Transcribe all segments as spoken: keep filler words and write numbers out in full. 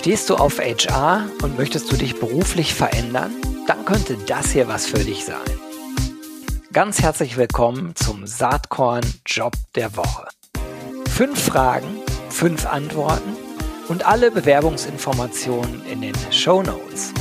Stehst du auf H R und möchtest du dich beruflich verändern? Dann könnte das hier was für dich sein. Ganz herzlich willkommen zum Saatkorn Job der Woche. Fünf Fragen, fünf Antworten und alle Bewerbungsinformationen in den Shownotes.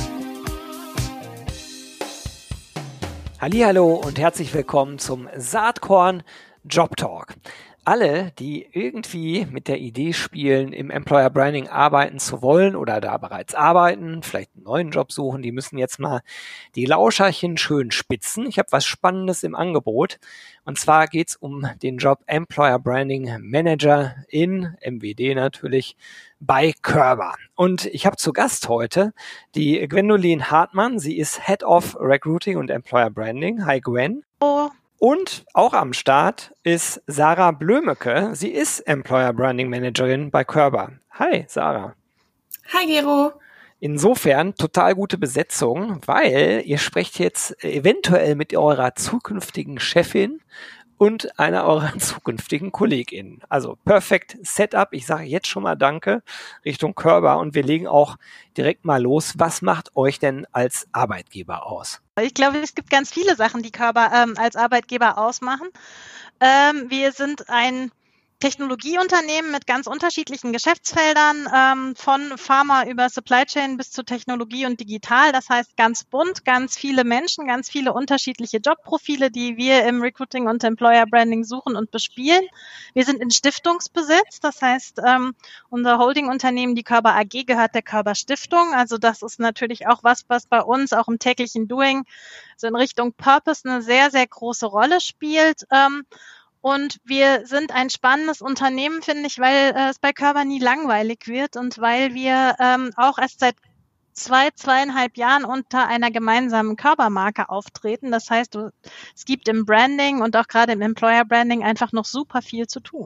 Hallihallo und herzlich willkommen zum Saatkorn Job Talk. Alle, die irgendwie mit der Idee spielen, im Employer Branding arbeiten zu wollen oder da bereits arbeiten, vielleicht einen neuen Job suchen, die müssen jetzt mal die Lauscherchen schön spitzen. Ich habe was Spannendes im Angebot. Und zwar geht es um den Job Employer Branding Manager in M W D natürlich bei Körber. Und ich habe zu Gast heute die Gwendolin Hartmann. Sie ist Head of Recruiting und Employer Branding. Hi Gwen. Oh. Und auch am Start ist Sarah Blömecke. Sie ist Employer Branding Managerin bei Körber. Hi, Sarah. Hi, Gero. Insofern total gute Besetzung, weil ihr sprecht jetzt eventuell mit eurer zukünftigen Chefin und einer eurer zukünftigen KollegInnen. Also perfekt Setup. Ich sage jetzt schon mal Danke Richtung Körber und wir legen auch direkt mal los. Was macht euch denn als Arbeitgeber aus? Ich glaube, es gibt ganz viele Sachen, die Körber ähm, als Arbeitgeber ausmachen. Ähm, wir sind ein Technologieunternehmen mit ganz unterschiedlichen Geschäftsfeldern, ähm, von Pharma über Supply Chain bis zu Technologie und Digital. Das heißt ganz bunt, ganz viele Menschen, ganz viele unterschiedliche Jobprofile, die wir im Recruiting und Employer Branding suchen und bespielen. Wir sind in Stiftungsbesitz, das heißt, ähm, unser Holdingunternehmen, die Körber A G, gehört der Körber Stiftung. Also das ist natürlich auch was, was bei uns auch im täglichen Doing so in Richtung Purpose eine sehr, sehr große Rolle spielt. Ähm, Und wir sind ein spannendes Unternehmen, finde ich, weil äh, es bei Körber nie langweilig wird und weil wir ähm, auch erst seit zwei, zweieinhalb Jahren unter einer gemeinsamen Körpermarke auftreten. Das heißt, es gibt im Branding und auch gerade im Employer Branding einfach noch super viel zu tun.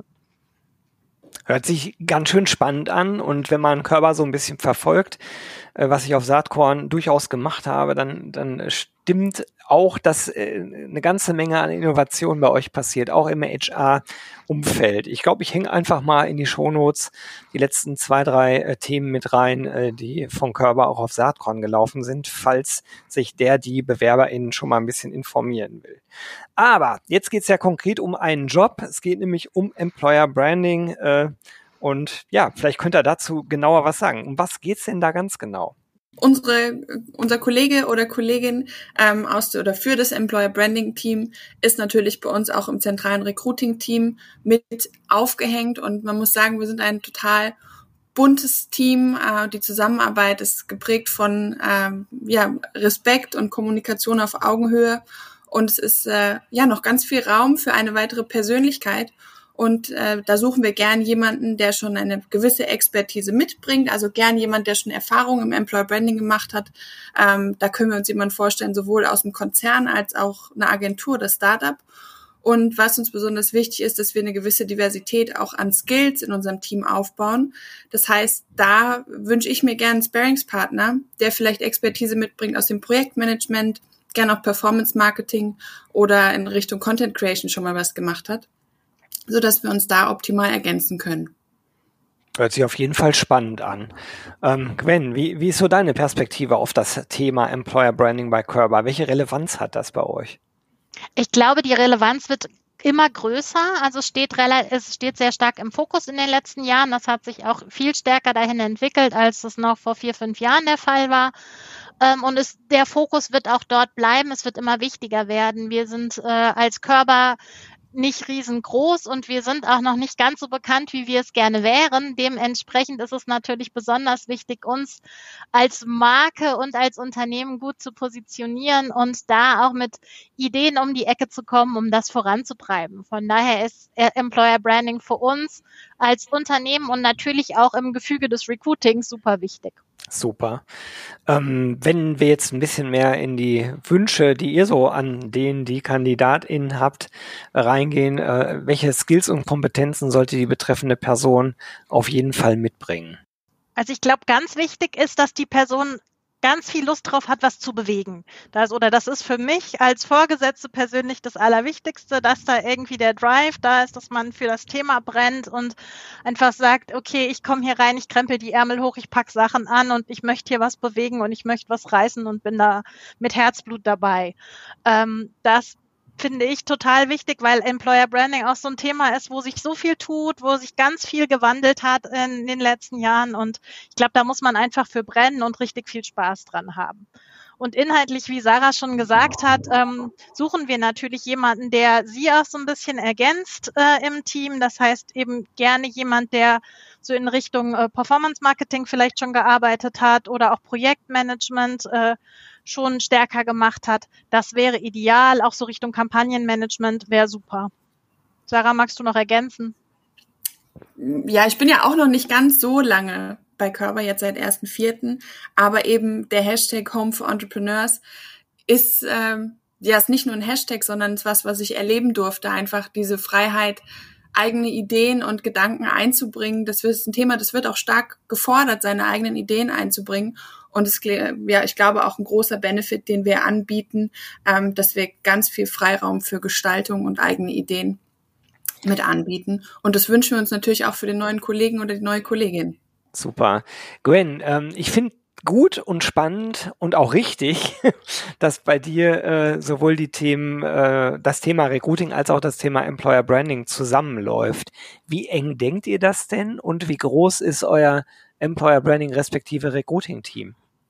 Hört sich ganz schön spannend an und wenn man Körber so ein bisschen verfolgt, äh, was ich auf Saatkorn durchaus gemacht habe, dann, dann stimmt auch, dass äh, eine ganze Menge an Innovation bei euch passiert, auch im H R-Umfeld. Ich glaube, ich hänge einfach mal in die Shownotes die letzten zwei, drei äh, Themen mit rein, äh, die von Körber auch auf Saatkorn gelaufen sind, falls sich der, die BewerberInnen schon mal ein bisschen informieren will. Aber jetzt geht es ja konkret um einen Job. Es geht nämlich um Employer Branding äh, und ja, vielleicht könnt ihr dazu genauer was sagen. Um was geht's denn da ganz genau? Unsere, unser Kollege oder Kollegin ähm, aus oder für das Employer Branding Team ist natürlich bei uns auch im zentralen Recruiting Team mit aufgehängt und man muss sagen, wir sind ein total buntes Team. Äh, die Zusammenarbeit ist geprägt von ähm, ja, Respekt und Kommunikation auf Augenhöhe und es ist äh, ja noch ganz viel Raum für eine weitere Persönlichkeit. Und äh, da suchen wir gern jemanden, der schon eine gewisse Expertise mitbringt, also gern jemand, der schon Erfahrung im Employer Branding gemacht hat. Ähm, da können wir uns jemanden vorstellen, sowohl aus dem Konzern als auch eine Agentur oder Startup. Und was uns besonders wichtig ist, dass wir eine gewisse Diversität auch an Skills in unserem Team aufbauen. Das heißt, da wünsche ich mir gern einen Sparringspartner, der vielleicht Expertise mitbringt aus dem Projektmanagement, gern auch Performance Marketing oder in Richtung Content Creation schon mal was gemacht hat, so dass wir uns da optimal ergänzen können. Hört sich auf jeden Fall spannend an. Ähm, Gwen, wie, wie ist so deine Perspektive auf das Thema Employer Branding bei Körber? Welche Relevanz hat das bei euch? Ich glaube, die Relevanz wird immer größer, also steht rela- es steht sehr stark im Fokus in den letzten Jahren. Das hat sich auch viel stärker dahin entwickelt, als es noch vor vier, fünf Jahren der Fall war. Ähm, und es, der Fokus wird auch dort bleiben. Es wird immer wichtiger werden. Wir sind äh, als Körber nicht riesengroß und wir sind auch noch nicht ganz so bekannt, wie wir es gerne wären. Dementsprechend ist es natürlich besonders wichtig, uns als Marke und als Unternehmen gut zu positionieren und da auch mit Ideen um die Ecke zu kommen, um das voranzutreiben. Von daher ist Employer Branding für uns als Unternehmen und natürlich auch im Gefüge des Recruitings super wichtig. Super. Ähm, wenn wir jetzt ein bisschen mehr in die Wünsche, die ihr so an den, die KandidatInnen habt, reingehen, äh, welche Skills und Kompetenzen sollte die betreffende Person auf jeden Fall mitbringen? Also ich glaube, ganz wichtig ist, dass die Person ganz viel Lust drauf hat, was zu bewegen. Das, oder das ist für mich als Vorgesetzte persönlich das Allerwichtigste, dass da irgendwie der Drive da ist, dass man für das Thema brennt und einfach sagt, okay, ich komme hier rein, ich krempel die Ärmel hoch, ich pack Sachen an und ich möchte hier was bewegen und ich möchte was reißen und bin da mit Herzblut dabei. Ähm, das finde ich total wichtig, weil Employer Branding auch so ein Thema ist, wo sich so viel tut, wo sich ganz viel gewandelt hat in den letzten Jahren und ich glaube, da muss man einfach für brennen und richtig viel Spaß dran haben. Und inhaltlich, wie Sarah schon gesagt hat, ähm, suchen wir natürlich jemanden, der sie auch so ein bisschen ergänzt äh, im Team. Das heißt eben gerne jemand, der so in Richtung äh, Performance Marketing vielleicht schon gearbeitet hat oder auch Projektmanagement äh, schon stärker gemacht hat. Das wäre ideal. Auch so Richtung Kampagnenmanagement wäre super. Sarah, magst du noch ergänzen? Ja, ich bin ja auch noch nicht ganz so lange bei Körber, jetzt seit ersten vierten aber eben der Hashtag Home for Entrepreneurs ist ähm, ja ist nicht nur ein Hashtag, sondern es ist was, was ich erleben durfte, einfach diese Freiheit, eigene Ideen und Gedanken einzubringen. Das ist ein Thema, das wird auch stark gefordert, seine eigenen Ideen einzubringen. Und es ja, ich glaube auch ein großer Benefit, den wir anbieten, ähm, dass wir ganz viel Freiraum für Gestaltung und eigene Ideen mit anbieten. Und das wünschen wir uns natürlich auch für den neuen Kollegen oder die neue Kollegin. Super. Gwen, ähm, ich finde gut und spannend und auch richtig, dass bei dir äh, sowohl die Themen, äh, das Thema Recruiting als auch das Thema Employer Branding zusammenläuft. Wie eng denkt ihr das denn und wie groß ist euer Employer Branding respektive Recruiting-Team?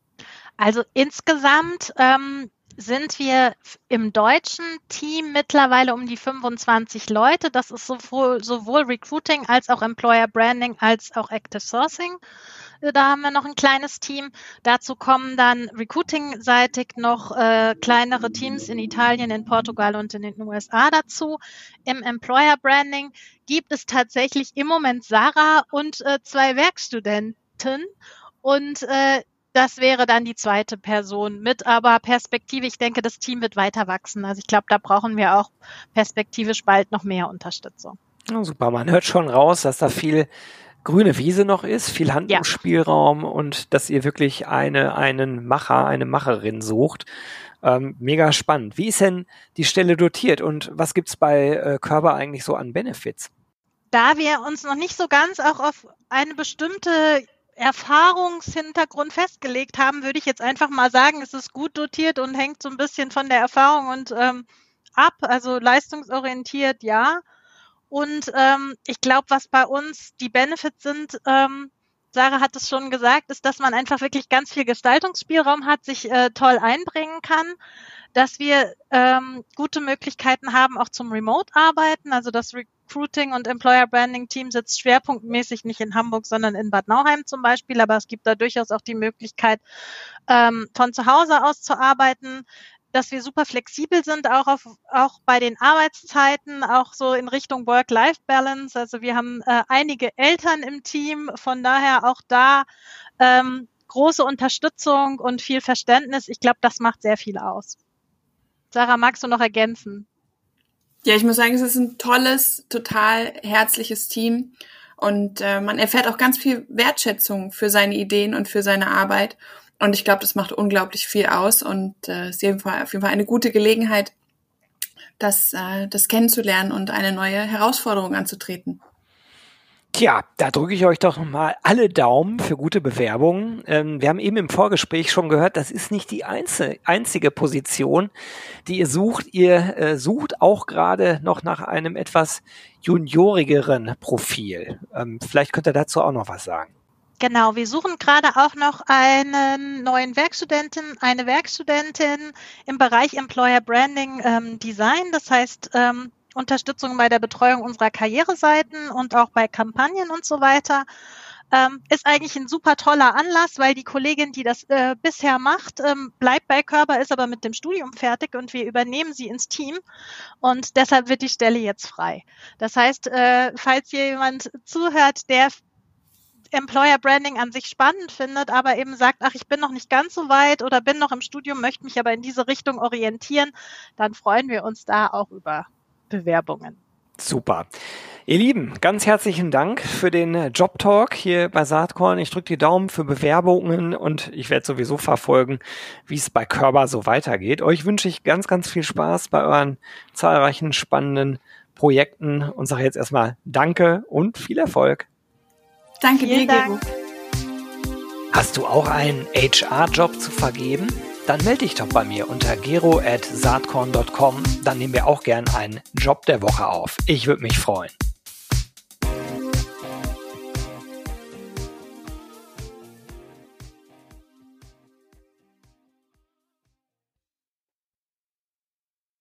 Also insgesamt ähm, sind wir im deutschen Team mittlerweile um die fünfundzwanzig Leute. Das ist sowohl, sowohl Recruiting als auch Employer Branding als auch Active Sourcing. Da haben wir noch ein kleines Team. Dazu kommen dann Recruiting-seitig noch äh, kleinere Teams in Italien, in Portugal und in den U S A dazu. Im Employer Branding gibt es tatsächlich im Moment Sarah und äh, zwei Werkstudenten und äh, das wäre dann die zweite Person mit, aber Perspektive, ich denke, das Team wird weiter wachsen. Also ich glaube, da brauchen wir auch perspektivisch bald noch mehr Unterstützung. Ja, super, man hört schon raus, dass da viel grüne Wiese noch ist, viel Handlungsspielraum ja. Und dass ihr wirklich eine, einen Macher, eine Macherin sucht. Ähm, mega spannend. Wie ist denn die Stelle dotiert und was gibt's bei äh, Körber eigentlich so an Benefits? Da wir uns noch nicht so ganz auch auf eine bestimmte Erfahrungshintergrund festgelegt haben, würde ich jetzt einfach mal sagen, es ist gut dotiert und hängt so ein bisschen von der Erfahrung und ähm, ab, also leistungsorientiert, ja. Und ähm, ich glaube, was bei uns die Benefits sind, ähm, Sarah hat es schon gesagt, ist, dass man einfach wirklich ganz viel Gestaltungsspielraum hat, sich äh, toll einbringen kann, dass wir ähm, gute Möglichkeiten haben, auch zum Remote-Arbeiten, also das Recruiting und Employer Branding Team sitzt schwerpunktmäßig nicht in Hamburg, sondern in Bad Nauheim zum Beispiel, aber es gibt da durchaus auch die Möglichkeit, ähm, von zu Hause aus zu arbeiten, dass wir super flexibel sind, auch auf, auch bei den Arbeitszeiten, auch so in Richtung Work-Life-Balance. Also wir haben äh, einige Eltern im Team, von daher auch da ähm, große Unterstützung und viel Verständnis. Ich glaube, das macht sehr viel aus. Sarah, magst du noch ergänzen? Ja, ich muss sagen, es ist ein tolles, total herzliches Team und äh, man erfährt auch ganz viel Wertschätzung für seine Ideen und für seine Arbeit und ich glaube, das macht unglaublich viel aus und äh, ist auf jeden Fall, auf jeden Fall eine gute Gelegenheit, das, äh, das kennenzulernen und eine neue Herausforderung anzutreten. Tja, da drücke ich euch doch nochmal alle Daumen für gute Bewerbungen. Ähm, wir haben eben im Vorgespräch schon gehört, das ist nicht die einzige, einzige Position, die ihr sucht. Ihr äh, sucht auch gerade noch nach einem etwas juniorigeren Profil. Ähm, vielleicht könnt ihr dazu auch noch was sagen. Genau, wir suchen gerade auch noch einen neuen Werkstudentin, eine Werkstudentin im Bereich Employer Branding ähm, Design. Das heißt, ähm, Unterstützung bei der Betreuung unserer Karriereseiten und auch bei Kampagnen und so weiter. Ähm, ist eigentlich ein super toller Anlass, weil die Kollegin, die das äh, bisher macht, ähm, bleibt bei Körber, ist aber mit dem Studium fertig und wir übernehmen sie ins Team und deshalb wird die Stelle jetzt frei. Das heißt, äh, falls hier jemand zuhört, der Employer Branding an sich spannend findet, aber eben sagt, ach, ich bin noch nicht ganz so weit oder bin noch im Studium, möchte mich aber in diese Richtung orientieren, dann freuen wir uns da auch über Bewerbungen. Super. Ihr Lieben, ganz herzlichen Dank für den Job-Talk hier bei Saatkorn. Ich drücke die Daumen für Bewerbungen und ich werde sowieso verfolgen, wie es bei Körber so weitergeht. Euch wünsche ich ganz, ganz viel Spaß bei euren zahlreichen spannenden Projekten und sage jetzt erstmal Danke und viel Erfolg. Danke dir, Gero. Hast du auch einen H R-Job zu vergeben? Dann melde dich doch bei mir unter gero at saatkorn punkt com. Dann nehmen wir auch gern einen Job der Woche auf. Ich würde mich freuen.